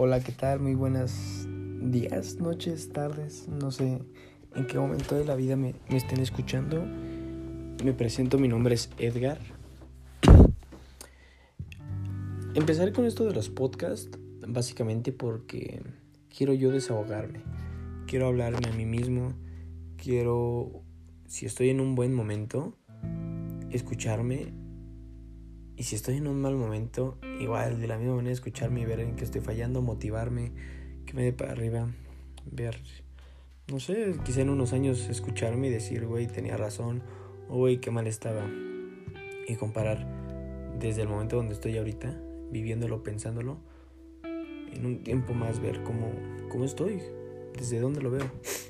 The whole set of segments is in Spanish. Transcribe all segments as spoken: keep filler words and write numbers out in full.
Hola, ¿qué tal? Muy buenos días, noches, tardes. No sé en qué momento de la vida me, me estén escuchando. Me presento, mi nombre es Edgar. Empezaré con esto de los podcasts, básicamente porque quiero yo desahogarme. Quiero hablarme a mí mismo. Quiero, si estoy en un buen momento, escucharme. Y si estoy en un mal momento, igual de la misma manera escucharme y ver en qué estoy fallando, motivarme, que me dé para arriba, ver, no sé, quizá en unos años escucharme y decir, güey, tenía razón, o güey, qué mal estaba. Y comparar desde el momento donde estoy ahorita, viviéndolo, pensándolo, en un tiempo más ver cómo, cómo estoy, desde dónde lo veo.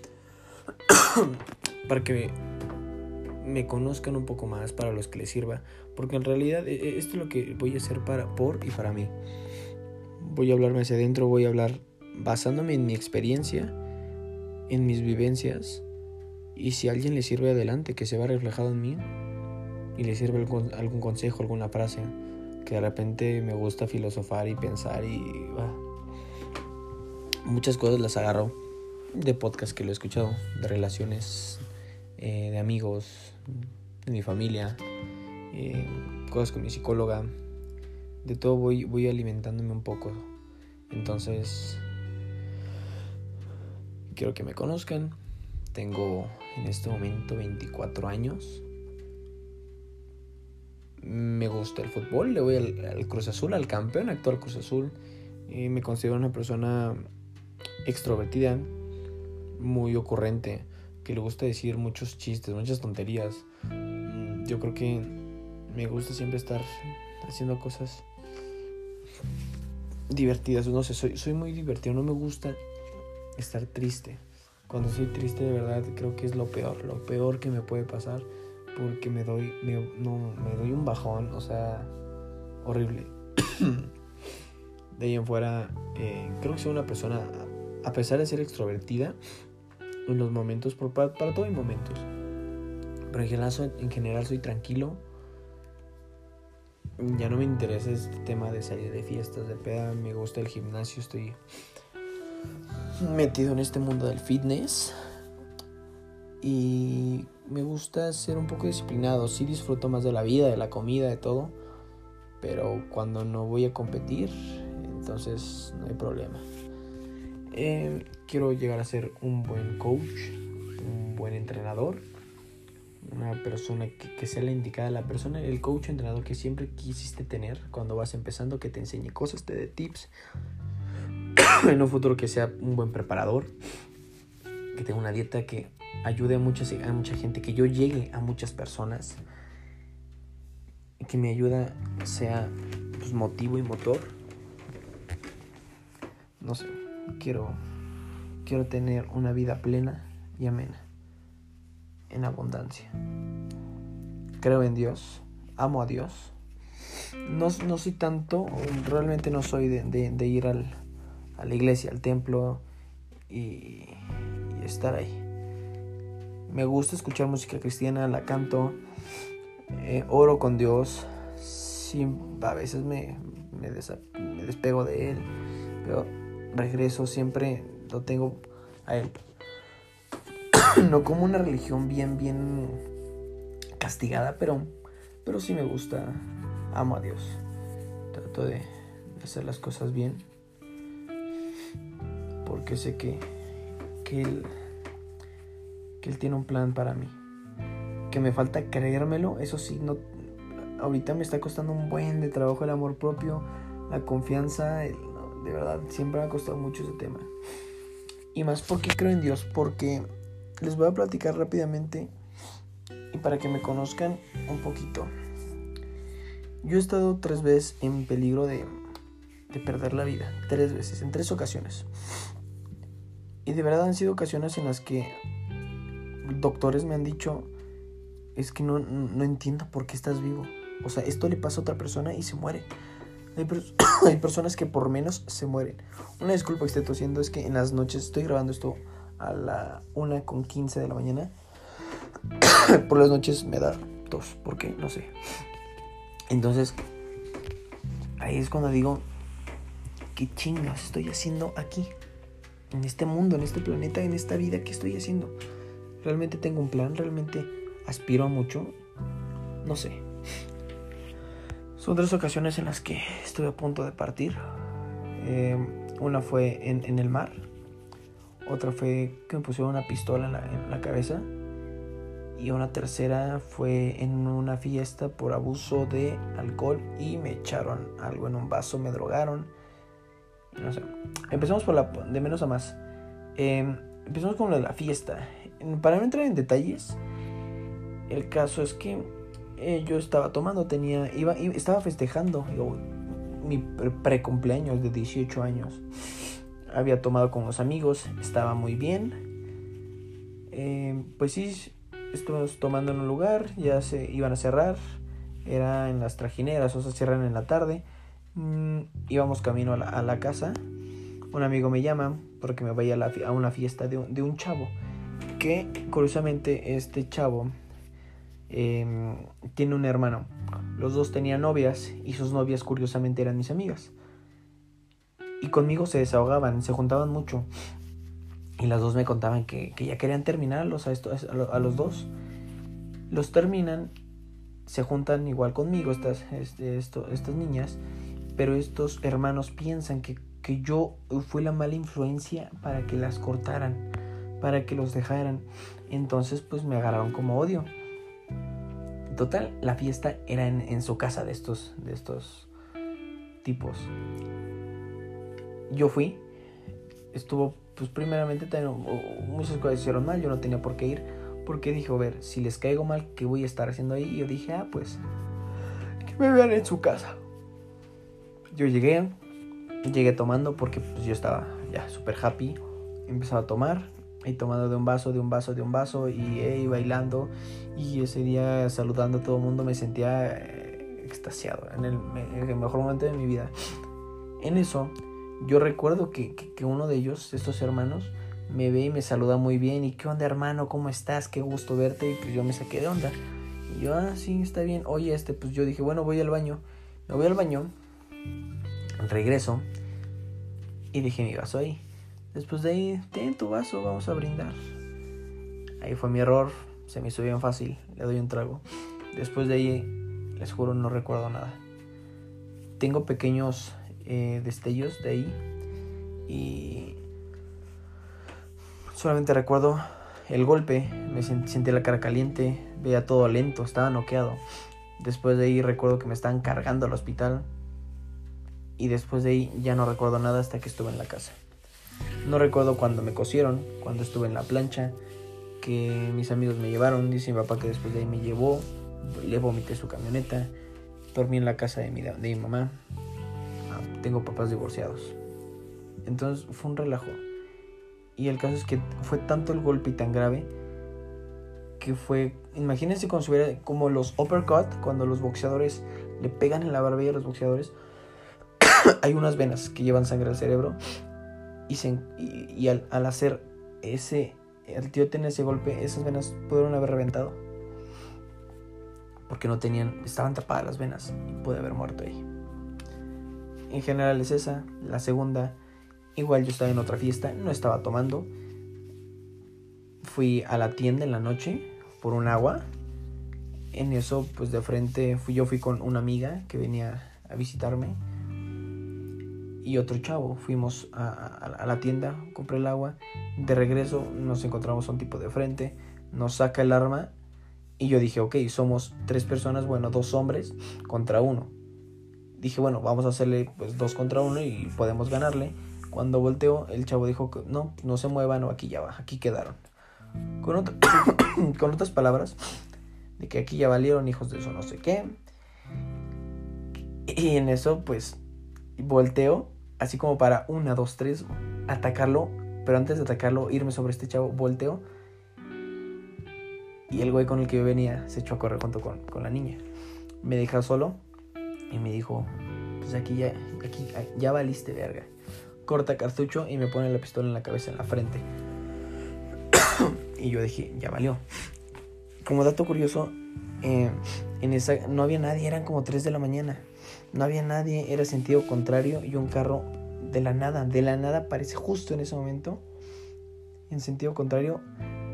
Para que me conozcan un poco más, para los que les sirva, porque en realidad esto es lo que voy a hacer para, por y para mí. Voy a hablarme hacia adentro, voy a hablar basándome en mi experiencia, en mis vivencias, y si a alguien le sirve, adelante, que se vea reflejado en mí y le sirve algún, algún consejo, alguna frase, que de repente me gusta filosofar y pensar y bah, muchas cosas las agarro de podcast que lo he escuchado, de relaciones, eh, de amigos, de mi familia, eh, cosas con mi psicóloga, de todo voy, voy alimentándome un poco. Entonces quiero que me conozcan. Tengo en este momento veinticuatro años. Me gusta el fútbol, le voy al, al Cruz Azul, al campeón actual Cruz Azul. Eh, me considero una persona extrovertida, muy ocurrente, que le gusta decir muchos chistes, muchas tonterías. Yo creo que me gusta siempre estar haciendo cosas divertidas. No sé, soy, soy muy divertido, no me gusta estar triste. Cuando estoy triste, de verdad, creo que es lo peor, lo peor que me puede pasar, porque me doy, me, no, me doy un bajón, o sea, horrible. De ahí en fuera, eh, creo que soy una persona, a pesar de ser extrovertida, en los momentos, por, para, para todo hay momentos, pero en general, soy, en general soy tranquilo. Ya no me interesa este tema de salir de fiestas, de peda. Me gusta el gimnasio, estoy metido en este mundo del fitness y me gusta ser un poco disciplinado. Sí disfruto más de la vida, de la comida, de todo, pero cuando no voy a competir, entonces no hay problema. Eh, quiero llegar a ser un buen coach, un buen entrenador, una persona que, que sea la indicada, la persona, el coach o entrenador que siempre quisiste tener cuando vas empezando, que te enseñe cosas, te dé tips. En un futuro que sea un buen preparador, que tenga una dieta que ayude a, muchas, a mucha gente, que yo llegue a muchas personas, que mi ayuda sea pues, motivo y motor. No sé, quiero, quiero tener una vida plena y amena, en abundancia. Creo en Dios, amo a Dios. No, no soy tanto, realmente no soy de, de, de ir al, a la iglesia, al templo y, y estar ahí. Me gusta escuchar música cristiana, la canto, eh, oro con Dios. Sí, a veces me, me, desa, me despego de Él, pero regreso, siempre lo tengo a Él. No como una religión bien, bien castigada, pero, pero sí me gusta, amo a Dios. Trato de, de hacer las cosas bien, porque sé que, que Él, que Él tiene un plan para mí. Que me falta creérmelo, eso sí, no, ahorita me está costando un buen de trabajo el amor propio, la confianza, el, no, de verdad, siempre me ha costado mucho ese tema. Y más porque creo en Dios, porque les voy a platicar rápidamente y para que me conozcan un poquito. Yo he estado tres veces en peligro de, de perder la vida, tres veces, en tres ocasiones. Y de verdad han sido ocasiones en las que doctores me han dicho, es que no, no entiendo por qué estás vivo. O sea, esto le pasa a otra persona y se muere. Hay, pers- hay personas que por menos se mueren. Una disculpa que esté tosiendo, es que en las noches estoy grabando esto a la una con quince de la mañana. Por las noches me da tos, ¿por qué? No sé. Entonces, ahí es cuando digo ¿qué chingas estoy haciendo aquí? En este mundo, en este planeta, en esta vida, ¿qué estoy haciendo? ¿Realmente tengo un plan? ¿Realmente aspiro a mucho? No sé. Son tres ocasiones en las que estuve a punto de partir. Eh, una fue en, en el mar. Otra fue que me pusieron una pistola en la, en la cabeza. Y una tercera fue en una fiesta por abuso de alcohol y me echaron algo en un vaso, me drogaron. No sé. Empezamos por la de menos a más. Eh, empezamos con lo de la fiesta. Para no entrar en detalles, el caso es que eh, yo estaba tomando, tenía, iba, iba estaba festejando yo, mi pre-cumpleaños de dieciocho años. Había tomado con los amigos, estaba muy bien. Eh, pues sí, estuvimos tomando en un lugar, ya se iban a cerrar. Era en las trajineras, o sea, cierran en la tarde. Mm, íbamos camino a la, a la casa. Un amigo me llama porque me vaya a, la, a una fiesta de un, de un chavo. Que curiosamente este chavo eh, tiene un hermano. Los dos tenían novias y sus novias curiosamente eran mis amigas. Y conmigo se desahogaban, se juntaban mucho. Y las dos me contaban que, que ya querían terminarlos a, esto, a los dos. Los terminan, se juntan igual conmigo estas, este, esto, estas niñas. Pero estos hermanos piensan que, que yo fui la mala influencia para que las cortaran, para que los dejaran. Entonces pues me agarraron como odio. Total, la fiesta era en, en su casa de estos, de estos tipos. Yo fui. Estuvo, pues primeramente muchas cosas hicieron mal. Yo no tenía por qué ir, porque dije, a ver, si les caigo mal, ¿qué voy a estar haciendo ahí? Y yo dije, ah, pues que me vean en su casa. Yo llegué Llegué tomando porque pues yo estaba ya súper happy. Empezaba a tomar y tomando de un vaso, de un vaso, de un vaso y eh, bailando. Y ese día saludando a todo el mundo me sentía eh, extasiado, en el, en el mejor momento de mi vida. En eso yo recuerdo que, que, que uno de ellos, estos hermanos, me ve y me saluda muy bien. Y ¿qué onda, hermano? ¿Cómo estás? Qué gusto verte. Y pues yo me saqué de onda. Y yo, ah, sí, está bien. Oye, este, pues yo dije, bueno, voy al baño. Me voy al baño. Regreso. Y dejé mi vaso ahí. Después de ahí, ten tu vaso, vamos a brindar. Ahí fue mi error. Se me hizo bien fácil. Le doy un trago. Después de ahí, les juro, no recuerdo nada. Tengo pequeños eh, destellos de ahí. Y solamente recuerdo el golpe. Me sent- sentí la cara caliente. Veía todo lento. Estaba noqueado. Después de ahí recuerdo que me estaban cargando al hospital. Y después de ahí ya no recuerdo nada hasta que estuve en la casa. No recuerdo cuando me cosieron, cuando estuve en la plancha, que mis amigos me llevaron. Dice mi papá que después de ahí me llevó, le vomité su camioneta, dormí en la casa de mi, de mi mamá. Ah, tengo papás divorciados. Entonces fue un relajo. Y el caso es que fue tanto el golpe y tan grave que fue, imagínense como, si hubiera, como los uppercut, cuando los boxeadores le pegan en la barbilla a los boxeadores. Hay unas venas que llevan sangre al cerebro y, se, y, y al, al hacer ese, el tío tener ese golpe, esas venas pudieron haber reventado porque no tenían, estaban tapadas las venas y pude haber muerto ahí. En general es esa. La segunda, igual yo estaba en otra fiesta, no estaba tomando, fui a la tienda en la noche por un agua. En eso pues de frente fui, yo fui con una amiga que venía a visitarme y otro chavo. Fuimos a, a, a la tienda, compré el agua. De regreso nos encontramos a un tipo de frente. Nos saca el arma y yo dije, ok, somos tres personas, bueno, dos hombres contra uno. Dije, bueno, vamos a hacerle pues dos contra uno y podemos ganarle. Cuando volteo, el chavo dijo que no, no se muevan o aquí ya va, aquí quedaron. Con, otro, con otras palabras, de que aquí ya valieron, hijos de eso no sé qué. Y en eso pues volteo, así como para una, dos, tres, atacarlo. Pero antes de atacarlo, irme sobre este chavo, volteo. Y el güey con el que yo venía se echó a correr junto con, con la niña. Me deja solo y me dijo, pues aquí ya, aquí ya valiste verga. Corta cartucho y me pone la pistola en la cabeza, en la frente. Y yo dije, ya valió. Como dato curioso, eh, en esa no había nadie, eran como tres de la mañana. No había nadie, era sentido contrario y un carro de la nada, de la nada aparece justo en ese momento, en sentido contrario,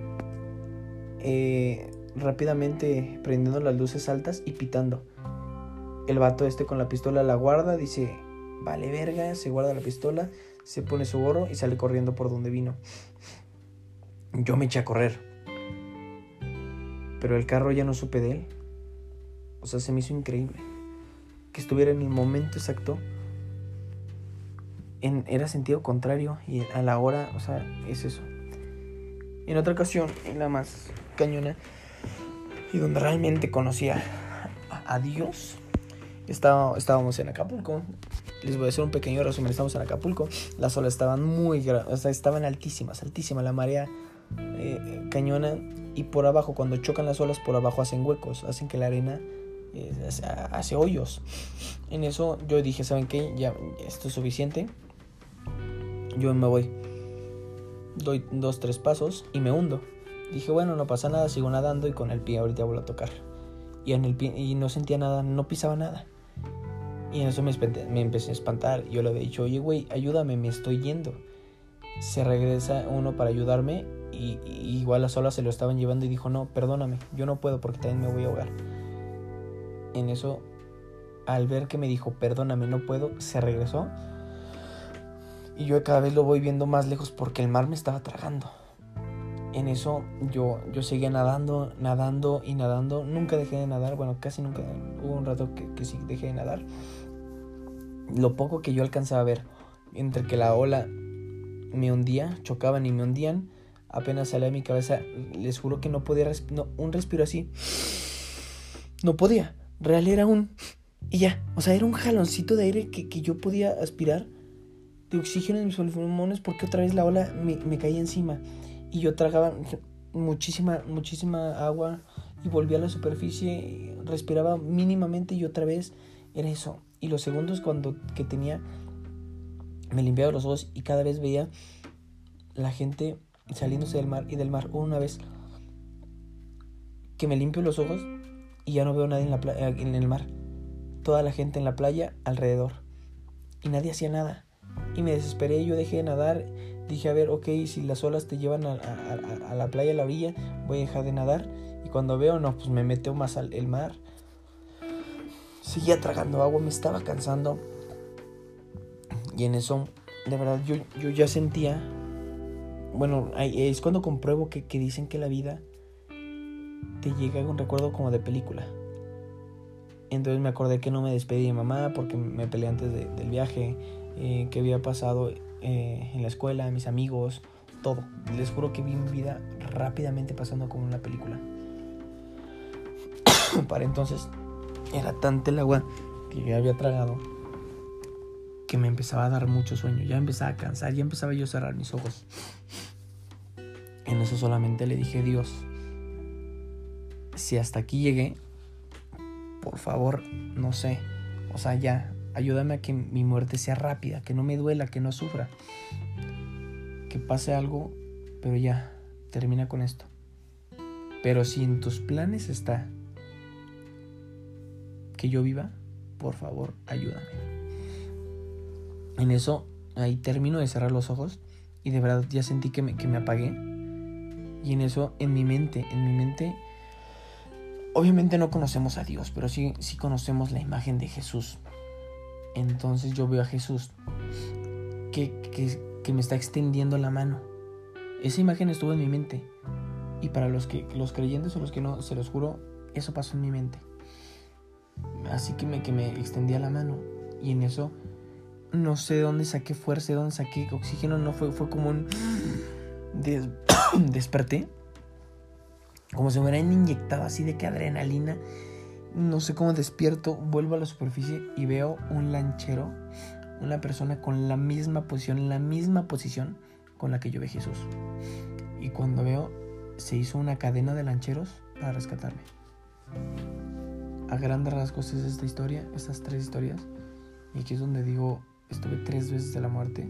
eh, rápidamente prendiendo las luces altas y pitando. El vato este con la pistola la guarda, dice, vale verga, se guarda la pistola, se pone su gorro y sale corriendo por donde vino. Yo me eché a correr, pero el carro ya no supe de él. O sea, se me hizo increíble que estuviera en el momento exacto, en, era sentido contrario y a la hora, o sea, es eso. En otra ocasión, en la más cañona y donde realmente conocía a, a Dios, estaba, estábamos en Acapulco. Les voy a hacer un pequeño resumen. Estábamos en Acapulco, las olas estaban muy gra- o sea, estaban altísimas, altísimas, la marea eh, cañona, y por abajo, cuando chocan las olas, por abajo hacen huecos, hacen que la arena eh, hace, hace hoyos. En eso yo dije, ¿saben qué? Ya, esto es suficiente, yo me voy. Doy dos, tres pasos y me hundo. Dije, bueno, no pasa nada, sigo nadando y con el pie ahorita vuelvo a tocar. Y en el pie, y no sentía nada, no pisaba nada. Y en eso me, espanté, me empecé a espantar. Yo le había dicho, oye, güey, ayúdame, me estoy yendo. Se regresa uno para ayudarme y, y igual las olas se lo estaban llevando y dijo, no, perdóname, yo no puedo porque también me voy a ahogar. En eso, al ver que me dijo, perdóname, no puedo, se regresó. Y yo cada vez lo voy viendo más lejos porque el mar me estaba tragando. En eso yo, yo seguía nadando, nadando y nadando. Nunca dejé de nadar, bueno, casi nunca. Hubo un rato que, que sí dejé de nadar. Lo poco que yo alcanzaba a ver, entre que la ola me hundía, chocaban y me hundían, apenas salía de mi cabeza, les juro que no podía, resp- no, un respiro así. No podía, real era un... Y ya, o sea, era un jaloncito de aire que, que yo podía aspirar, de oxígeno en mis pulmones, porque otra vez la ola me, me caía encima y yo tragaba muchísima, muchísima agua y volvía a la superficie, respiraba mínimamente y otra vez era eso. Y los segundos cuando que tenía, me limpiaba los ojos y cada vez veía la gente saliéndose del mar y del mar. Una vez que me limpio los ojos y ya no veo nadie en, la playa, en el mar, toda la gente en la playa alrededor y nadie hacía nada. Y me desesperé, yo dejé de nadar, dije, a ver, ok, si las olas te llevan a, a, a la playa, a la orilla, voy a dejar de nadar. Y cuando veo, no, pues me metió más al el mar. Seguía tragando agua, me estaba cansando. Y en eso, de verdad, yo, yo ya sentía... Bueno, es cuando compruebo que, que dicen que la vida te llega un recuerdo como de película. Entonces me acordé que no me despedí de mamá porque me peleé antes de, del viaje. Eh, que había pasado eh, en la escuela, mis amigos, todo. Les juro que vi mi vida rápidamente pasando como una película. Para entonces era tanta el agua que yo había tragado que me empezaba a dar mucho sueño. Ya empezaba a cansar, ya empezaba yo a cerrar mis ojos. En eso solamente le dije, Dios, si hasta aquí llegué, por favor, no sé, o sea, ya, ayúdame a que mi muerte sea rápida, que no me duela, que no sufra, que pase algo, pero ya, termina con esto. Pero si en tus planes está que yo viva, por favor, ayúdame. En eso, ahí termino de cerrar los ojos y de verdad ya sentí que me, que me apagué. Y en eso, en mi mente, en mi mente, obviamente no conocemos a Dios, pero sí, sí conocemos la imagen de Jesús. Entonces yo veo a Jesús que, que, que me está extendiendo la mano. Esa imagen estuvo en mi mente. Y para los que los creyentes o los que no, se los juro, eso pasó en mi mente. Así que me, que me extendía la mano. Y en eso, no sé de dónde saqué fuerza, de dónde saqué oxígeno. No fue, fue como un... Des... Desperté. Como si me hubieran inyectado así de que adrenalina. No sé cómo despierto, vuelvo a la superficie y veo un lanchero, una persona con la misma posición, la misma posición con la que yo vi a Jesús. Y cuando veo, se hizo una cadena de lancheros para rescatarme. A grandes rasgos es esta historia, estas tres historias. Y aquí es donde digo, estuve tres veces de la muerte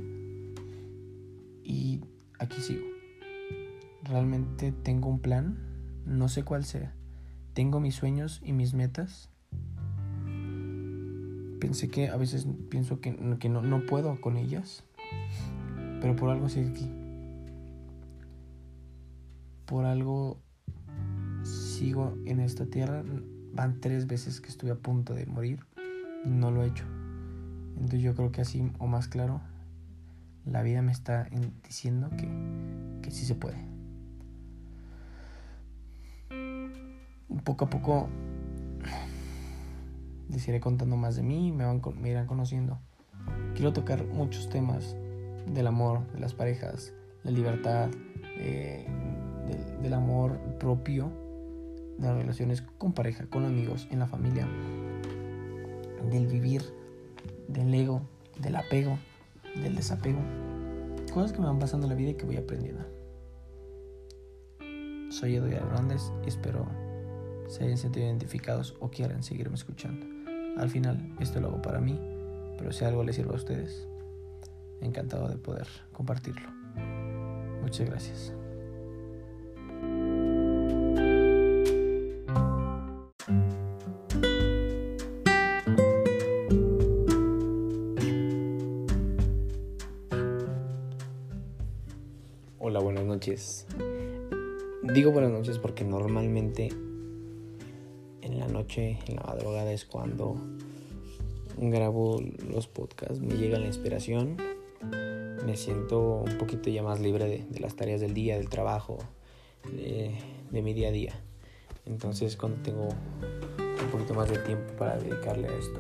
y aquí sigo. Realmente tengo un plan, no sé cuál sea. Tengo mis sueños y mis metas, Pensé que a veces pienso que, que no, no puedo con ellas, pero por algo estoy aquí. Por algo sigo en esta tierra. Van tres veces que estuve a punto de morir, no lo he hecho. Entonces yo creo que así o más claro, la vida me está diciendo que, que sí se puede. Poco a poco les iré contando más de mí, me, van, me irán conociendo. Quiero tocar muchos temas del amor, de las parejas, la libertad, eh, del, del amor propio, de las relaciones con pareja, con amigos, en la familia, del vivir, del ego, del apego, del desapego. Cosas que me van pasando en la vida y que voy aprendiendo. Soy Edgar Hernández y espero se hayan sentido identificados o quieran seguirme escuchando. Al final, esto lo hago para mí, pero si algo les sirve a ustedes, encantado de poder compartirlo. Muchas gracias. Hola, buenas noches. Digo buenas noches porque normalmente en la noche, en la madrugada es cuando grabo los podcasts, me llega la inspiración, me siento un poquito ya más libre de, de las tareas del día, del trabajo, de, de mi día a día. Entonces cuando tengo un poquito más de tiempo para dedicarle a esto.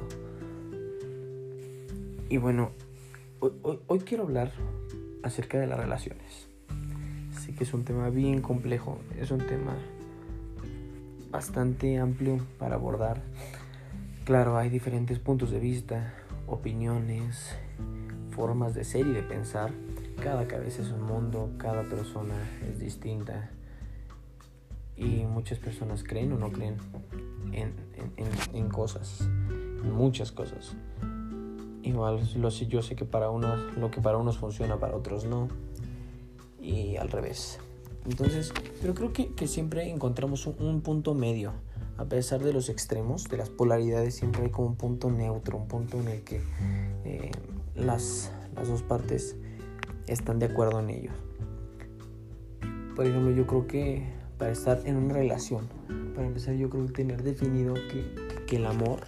Y bueno, hoy, hoy, hoy quiero hablar acerca de las relaciones. Sé que es un tema bien complejo, es un tema bastante amplio para abordar. Claro, hay diferentes puntos de vista, opiniones, formas de ser y de pensar. Cada cabeza es un mundo, cada persona es distinta y muchas personas creen o no creen en, en, en, en cosas, en muchas cosas. Igual lo sé, yo sé que para unos, lo que para unos funciona, para otros no, y al revés. Entonces, pero creo que, que siempre encontramos un, un punto medio. A pesar de los extremos, de las polaridades, siempre hay como un punto neutro, un punto en el que eh, las, las dos partes están de acuerdo en ello. Por ejemplo, yo creo que para estar en una relación, para empezar, yo creo que tener definido que, que, que el amor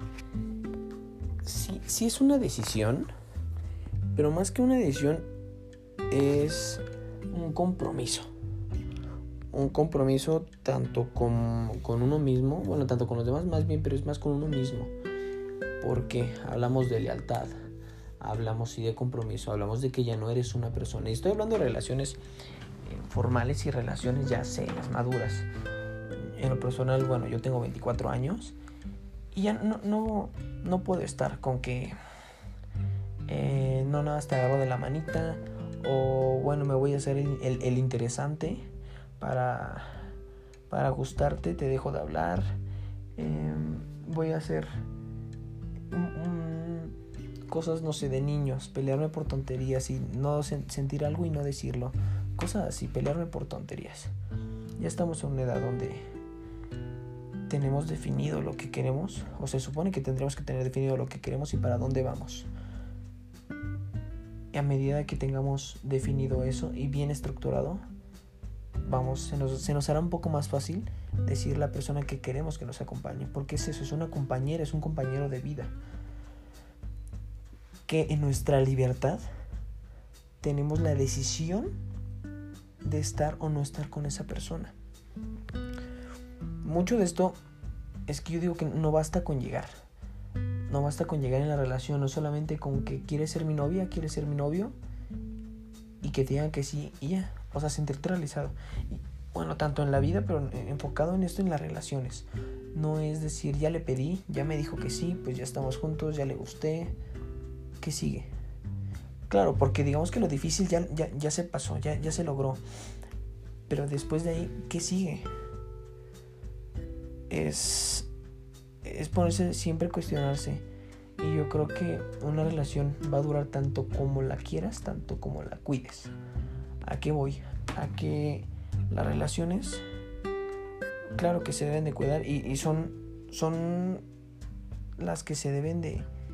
sí, sí es una decisión, pero más que una decisión es un compromiso. Un compromiso tanto con, con uno mismo, bueno, tanto con los demás más bien, pero es más con uno mismo. Porque hablamos de lealtad, hablamos sí de compromiso, hablamos de que ya no eres una persona. Y estoy hablando de relaciones eh, formales y relaciones ya serias, maduras. En lo personal, bueno, yo tengo veinticuatro años y ya no, no, no puedo estar con que eh, no nada, te agarro de la manita o bueno, me voy a hacer el, el, el interesante para, para gustarte, te dejo de hablar, eh, voy a hacer um, cosas, no sé, de niños, pelearme por tonterías y no sen- sentir algo y no decirlo, cosas así, pelearme por tonterías. Ya estamos en una edad donde tenemos definido lo que queremos, o se supone que tendríamos que tener definido lo que queremos y para dónde vamos. Y a medida que tengamos definido eso y bien estructurado, vamos, se nos, se nos hará un poco más fácil decir la persona que queremos que nos acompañe, porque es eso, es una compañera, es un compañero de vida, que en nuestra libertad tenemos la decisión de estar o no estar con esa persona. Mucho de esto es que yo digo que no basta con llegar, no basta con llegar en la relación, no solamente con que quieres ser mi novia, quieres ser mi novio y que te digan que sí y ya. O sea, sentirte realizado. Y, bueno, tanto en la vida, pero enfocado en esto, en las relaciones. No es decir, ya le pedí, ya me dijo que sí, pues ya estamos juntos, ya le gusté. ¿Qué sigue? Claro, porque digamos que lo difícil ya, ya, ya se pasó, ya, ya se logró. Pero después de ahí, ¿qué sigue? Es, es ponerse siempre a cuestionarse. Y yo creo que una relación va a durar tanto como la quieras, tanto como la cuides. ¿A qué voy? A que las relaciones, claro que se deben de cuidar y, y son, son las que se deben de,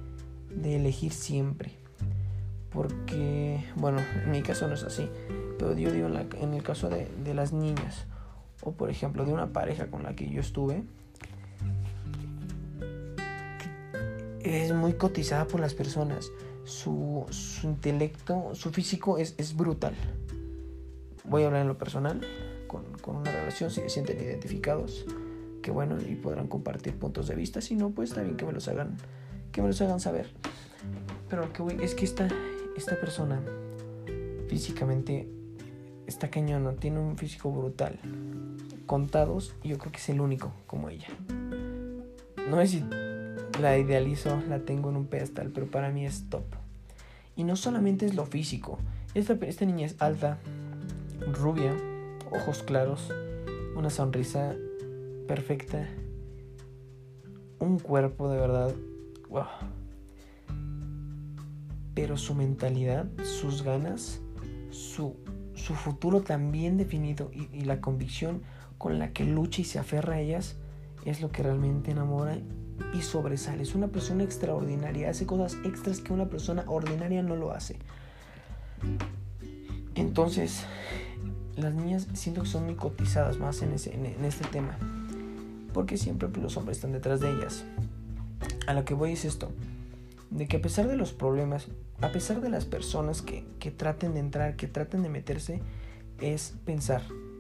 de elegir siempre. Porque, bueno, en mi caso no es así, pero yo digo en, la, en el caso de, de las niñas, o por ejemplo de una pareja con la que yo estuve, es muy cotizada por las personas. Su, su intelecto, su físico es, es brutal. Voy a hablar en lo personal, con, con una relación, si se sienten identificados, que bueno, y podrán compartir puntos de vista. Si no, pues también que me los hagan, que me los hagan saber. Pero lo que voy es que esta, esta persona físicamente está cañona, tiene un físico brutal. Contados, y yo creo que es el único como ella. No sé si la idealizo, la tengo en un pedestal, pero para mí es top. Y no solamente es lo físico. Esta, esta niña es alta, rubia, ojos claros, una sonrisa perfecta, un cuerpo de verdad, wow. Pero su mentalidad, sus ganas, su, su futuro tan bien definido y, y la convicción con la que lucha y se aferra a ellas es lo que realmente enamora y sobresale. Es una persona extraordinaria, hace cosas extras que una persona ordinaria no lo hace. Entonces, las niñas siento que son muy cotizadas más en, ese, en, en este tema, porque siempre pues, los hombres están detrás de ellas. A lo que voy es esto, de que a pesar de los problemas, a pesar de las personas que, que traten de entrar, que traten de meterse, es pensar,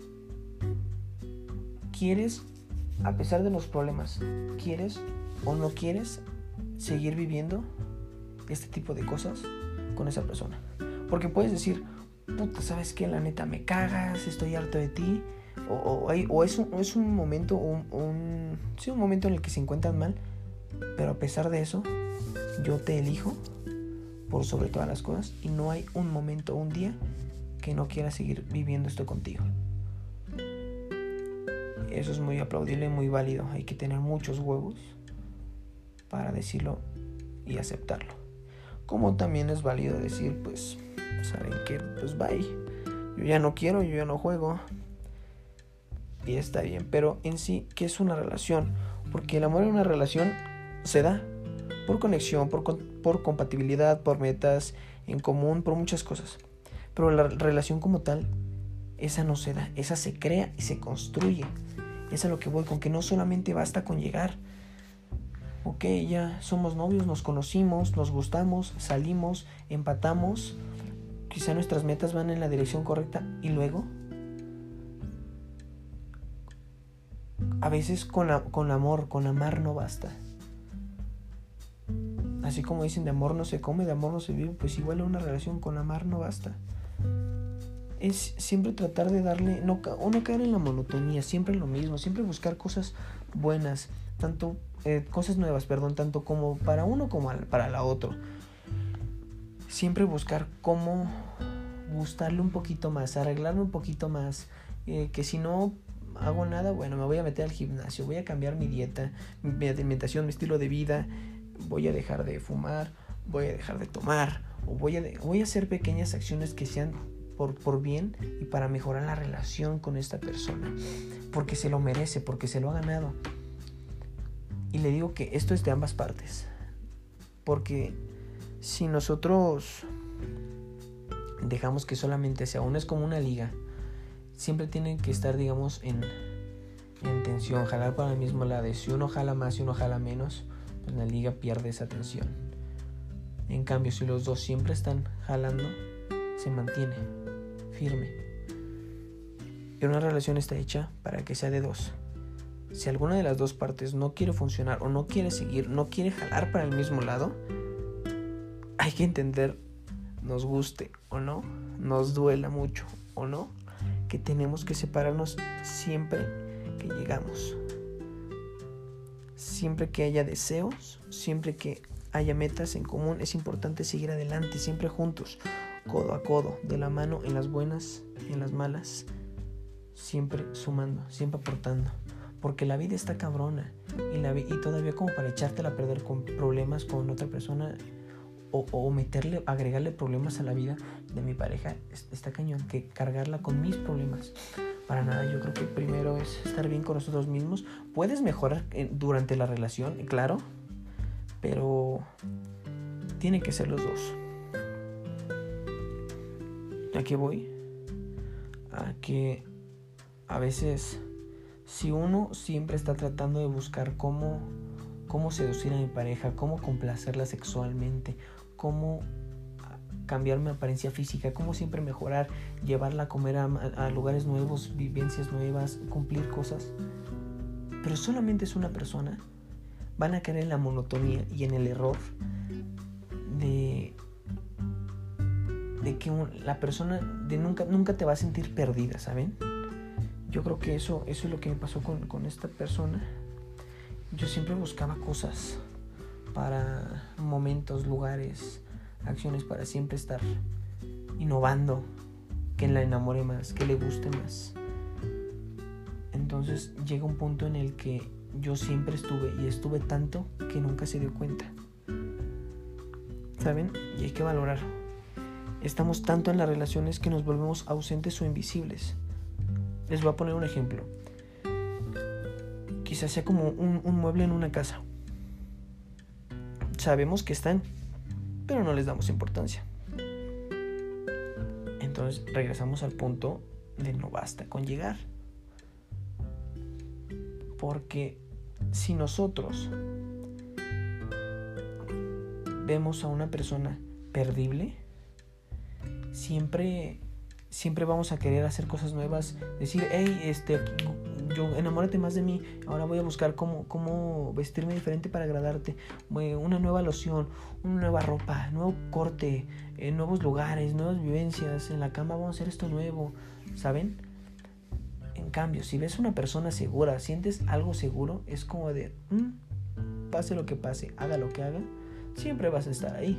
¿quieres, a pesar de los problemas, quieres o no quieres seguir viviendo este tipo de cosas con esa persona? Porque puedes decir, puta, ¿sabes qué? La neta me cagas, estoy harto de ti. O, o, hay, o, es, un, o es un momento, un, un, sí, un momento en el que se encuentran mal, pero a pesar de eso, yo te elijo por sobre todas las cosas y no hay un momento, un día que no quiera seguir viviendo esto contigo. Eso es muy aplaudible, muy válido. Hay que tener muchos huevos para decirlo y aceptarlo. Como también es válido decir, pues, ¿saben qué? Pues bye. Yo ya no quiero, yo ya no juego. Y está bien. Pero en sí, ¿qué es una relación? Porque el amor en una relación se da por conexión, por, por compatibilidad, por metas en común, por muchas cosas. Pero la relación como tal, esa no se da. Esa se crea y se construye. Es a lo que voy, con que no solamente basta con llegar. Ok, ya somos novios, nos conocimos, nos gustamos, salimos, empatamos. Quizá nuestras metas van en la dirección correcta. Y luego, a veces con, la, con amor, con amar no basta. Así como dicen, de amor no se come, de amor no se vive. Pues igual una relación con amar no basta. Es siempre tratar de darle, no, o no caer en la monotonía, siempre lo mismo, siempre buscar cosas buenas, tanto eh, cosas nuevas, perdón, tanto como para uno como para la otra. Siempre buscar cómo gustarle un poquito más, arreglarme un poquito más, eh, que si no hago nada, bueno, me voy a meter al gimnasio, voy a cambiar mi dieta, mi alimentación, mi estilo de vida, voy a dejar de fumar, voy a dejar de tomar, o voy a, de, voy a hacer pequeñas acciones que sean Por, por bien y para mejorar la relación con esta persona, porque se lo merece, porque se lo ha ganado. Y le digo que esto es de ambas partes, porque si nosotros dejamos que solamente sea uno, es como una liga, siempre tienen que estar, digamos, en, en tensión, jalar para el mismo lado. Si uno jala más y uno jala menos, pues la liga pierde esa tensión. En cambio, si los dos siempre están jalando, se mantiene firme. Y una relación está hecha para que sea de dos. Si alguna de las dos partes no quiere funcionar o no quiere seguir, no quiere jalar para el mismo lado, hay que entender, nos guste o no, nos duela mucho o no, que tenemos que separarnos siempre que llegamos. Siempre que haya deseos, siempre que haya metas en común, es importante seguir adelante, siempre juntos, codo a codo, de la mano, en las buenas, en las malas, siempre sumando, siempre aportando, porque la vida está cabrona y, la, y todavía como para echártela a perder con problemas con otra persona o, o meterle, agregarle problemas a la vida de mi pareja, está cañón, que cargarla con mis problemas. Para nada, yo creo que primero es estar bien con nosotros mismos. Puedes mejorar durante la relación, claro, pero tiene que ser los dos. ¿A qué voy? A que a veces, si uno siempre está tratando de buscar cómo, cómo seducir a mi pareja, cómo complacerla sexualmente, cómo cambiar mi apariencia física, cómo siempre mejorar, llevarla a comer a, a lugares nuevos, vivencias nuevas, cumplir cosas, pero solamente es una persona, van a caer en la monotonía y en el error de, de que un, la persona de nunca, nunca te va a sentir perdida, ¿saben? Yo creo que eso, eso es lo que me pasó con, con esta persona. Yo siempre buscaba cosas para momentos, lugares, acciones para siempre estar innovando, que la enamore más, que le guste más. Entonces llega un punto en el que yo siempre estuve y estuve tanto que nunca se dio cuenta, ¿saben? Y hay que valorar. Estamos tanto en las relaciones que nos volvemos ausentes o invisibles. Les voy a poner un ejemplo. Quizás sea como un, un mueble en una casa. Sabemos que están, pero no les damos importancia. Entonces regresamos al punto de no basta con llegar. Porque si nosotros vemos a una persona perdible, siempre, siempre vamos a querer hacer cosas nuevas, decir, hey, este, yo enamórate más de mí, ahora voy a buscar cómo, cómo vestirme diferente para agradarte, una nueva loción, una nueva ropa, nuevo corte, eh, nuevos lugares, nuevas vivencias, en la cama vamos a hacer esto nuevo, ¿saben? En cambio, si ves una persona segura, sientes algo seguro, es como de, mmm, pase lo que pase, haga lo que haga, siempre vas a estar ahí.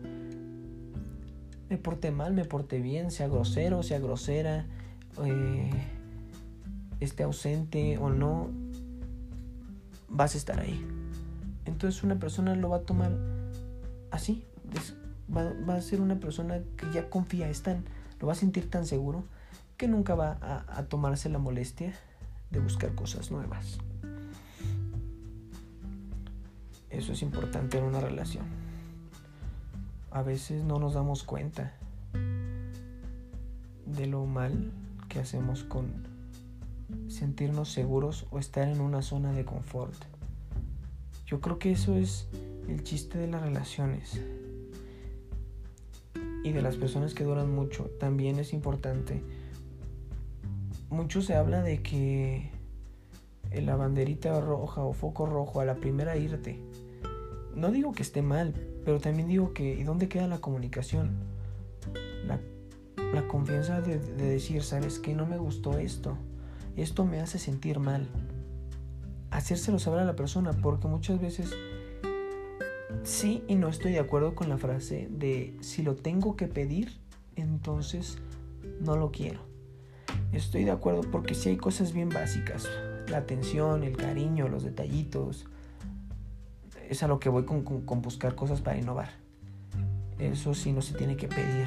Me porté mal, me porté bien, sea grosero, sea grosera, eh, esté ausente o no, vas a estar ahí. Entonces una persona lo va a tomar así, es, va, va a ser una persona que ya confía, es tan, lo va a sentir tan seguro que nunca va a, a tomarse la molestia de buscar cosas nuevas. Eso es importante en una relación. A veces no nos damos cuenta de lo mal que hacemos con sentirnos seguros o estar en una zona de confort. Yo creo que eso es el chiste de las relaciones y de las personas que duran mucho. También es importante. Mucho se habla de que la banderita roja o foco rojo a la primera irte. No digo que esté mal, pero también digo que ¿y dónde queda la comunicación? La, la confianza de, de decir, ¿sabes qué? No me gustó esto. Esto me hace sentir mal. Hacérselo saber a la persona, porque muchas veces sí y no estoy de acuerdo con la frase de si lo tengo que pedir, entonces no lo quiero. Estoy de acuerdo porque sí hay cosas bien básicas. La atención, el cariño, los detallitos. Es a lo que voy con, con, con buscar cosas para innovar. Eso sí no se tiene que pedir.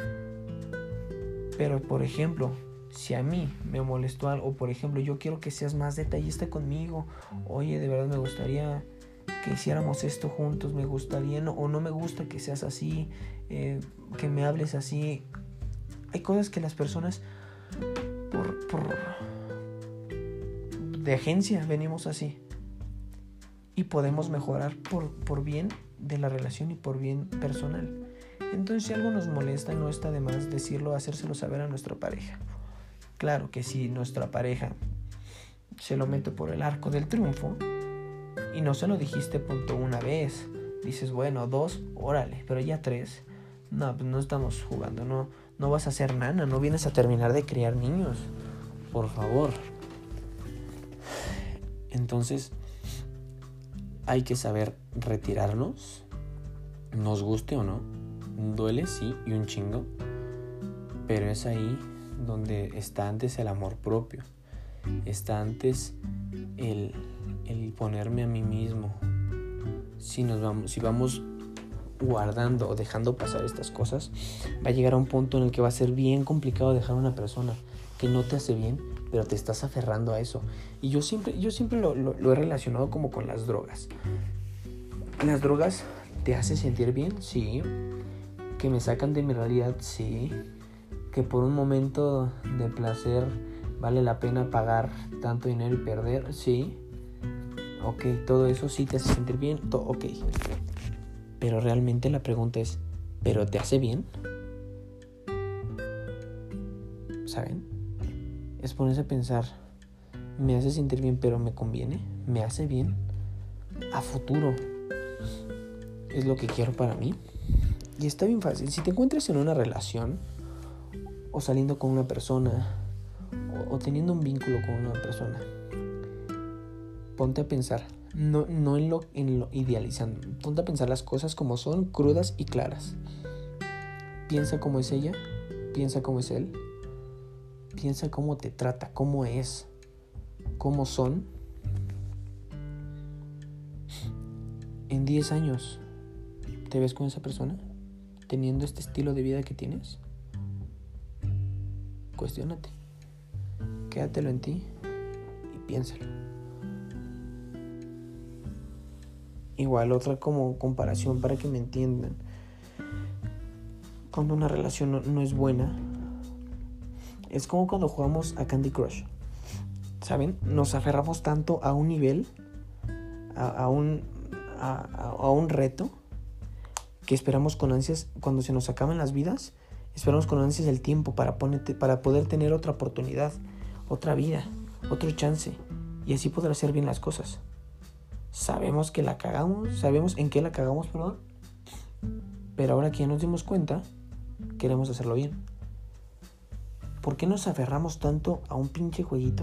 Pero, por ejemplo, si a mí me molestó algo, o por ejemplo, yo quiero que seas más detallista conmigo. Oye, de verdad me gustaría que hiciéramos esto juntos. Me gustaría, no, o no me gusta que seas así, eh, que me hables así. Hay cosas que las personas, por, por de agencia, venimos así. Y podemos mejorar por, por bien de la relación y por bien personal. Entonces, si algo nos molesta, no está de más decirlo, hacérselo saber a nuestra pareja. Claro que si nuestra pareja se lo mete por el arco del triunfo y no se lo dijiste punto una vez, dices, bueno, dos, órale, pero ya tres, no, pues no estamos jugando, no, no vas a ser nana, no vienes a terminar de criar niños, por favor. Entonces, hay que saber retirarnos, nos guste o no. Duele, sí, y un chingo, pero es ahí donde está antes el amor propio, está antes el, el ponerme a mí mismo. Si nos vamos, si vamos guardando o dejando pasar estas cosas, va a llegar a un punto en el que va a ser bien complicado dejar a una persona que no te hace bien, pero te estás aferrando a eso. Y yo siempre, yo siempre lo, lo, lo he relacionado como con las drogas. Las drogas ¿Te hace sentir bien? Sí. ¿Que me sacan de mi realidad? Sí. ¿Que por un momento de placer vale la pena pagar tanto dinero y perder? Sí. Ok, todo eso sí te hace sentir bien. To- ok. Pero realmente la pregunta es, ¿pero te hace bien? ¿Saben? Es ponerse a pensar, ¿me hace sentir bien pero me conviene? ¿Me hace bien? A futuro, ¿es lo que quiero para mí? Y está bien fácil. Si te encuentras en una relación, o saliendo con una persona, o, o teniendo un vínculo con una persona, ponte a pensar, no, no en lo, en lo idealizando, ponte a pensar las cosas como son, crudas y claras. Piensa cómo es ella, piensa cómo es él, piensa cómo te trata, cómo es, cómo son. En diez años, ¿te ves con esa persona? ¿Teniendo este estilo de vida que tienes? Cuestiónate. Quédatelo en ti y piénsalo. Igual, otra como comparación para que me entiendan. Cuando una relación no, no es buena, es como cuando jugamos a Candy Crush. ¿Saben? Nos aferramos tanto a un nivel, a, a, un, a, a un reto, que esperamos con ansias, cuando se nos acaban las vidas, esperamos con ansias el tiempo para, ponerte, para poder tener otra oportunidad, otra vida, otro chance, y así poder hacer bien las cosas. Sabemos que la cagamos, sabemos en qué la cagamos, perdón, pero ahora que ya nos dimos cuenta, queremos hacerlo bien. ¿Por qué nos aferramos tanto a un pinche jueguito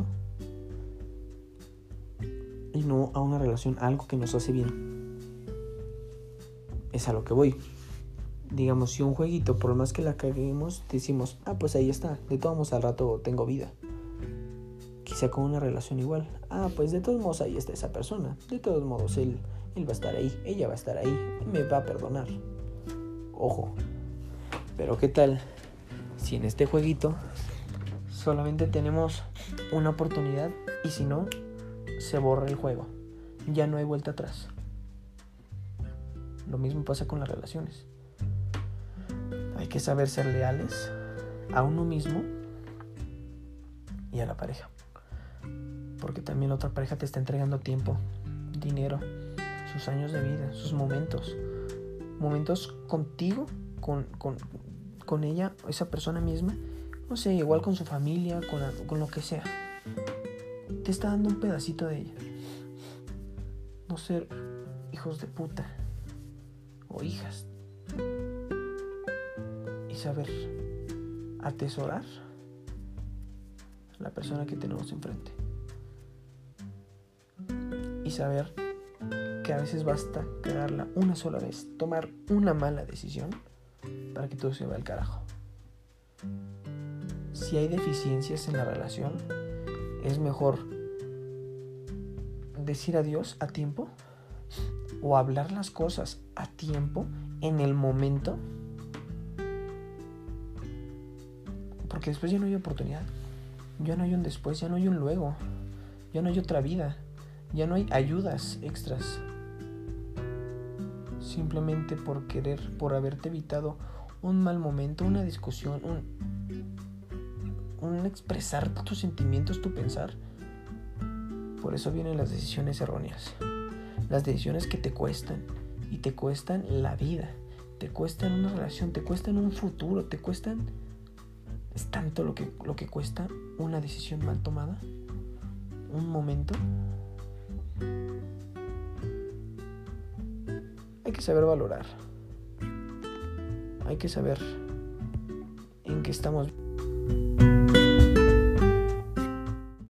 y no a una relación, a algo que nos hace bien? Es a lo que voy. Digamos, si un jueguito, por más que la caguemos, decimos, ah, pues ahí está, de todos modos al rato tengo vida. Quizá con una relación igual, ah, pues de todos modos ahí está esa persona, de todos modos él, él va a estar ahí, ella va a estar ahí, me va a perdonar. Ojo, pero ¿qué tal si en este jueguito solamente tenemos una oportunidad y si no, se borra el juego? Ya no hay vuelta atrás. Lo mismo pasa con las relaciones. Hay que saber ser leales a uno mismo y a la pareja. Porque también la otra pareja te está entregando tiempo, dinero, sus años de vida, sus momentos. Momentos contigo, con, con, con ella, esa persona misma. No sé, igual con su familia, con, la, con lo que sea. Te está dando un pedacito de ella. No ser hijos de puta o hijas. Y saber atesorar a la persona que tenemos enfrente. Y saber que a veces basta cagarla una sola vez, tomar una mala decisión para que todo se vaya al carajo. Si hay deficiencias en la relación, es mejor decir adiós a tiempo o hablar las cosas a tiempo, en el momento, porque después ya no hay oportunidad, ya no hay un después, ya no hay un luego, ya no hay otra vida, ya no hay ayudas extras. Simplemente por querer, por haberte evitado un mal momento, una discusión, un, un expresar tus sentimientos, tu pensar. Por eso vienen las decisiones erróneas, las decisiones que te cuestan, y te cuestan la vida, te cuestan una relación, te cuestan un futuro, te cuestan, es tanto lo que, lo que cuesta una decisión mal tomada, un momento. Hay que saber valorar, hay que saber en qué estamos.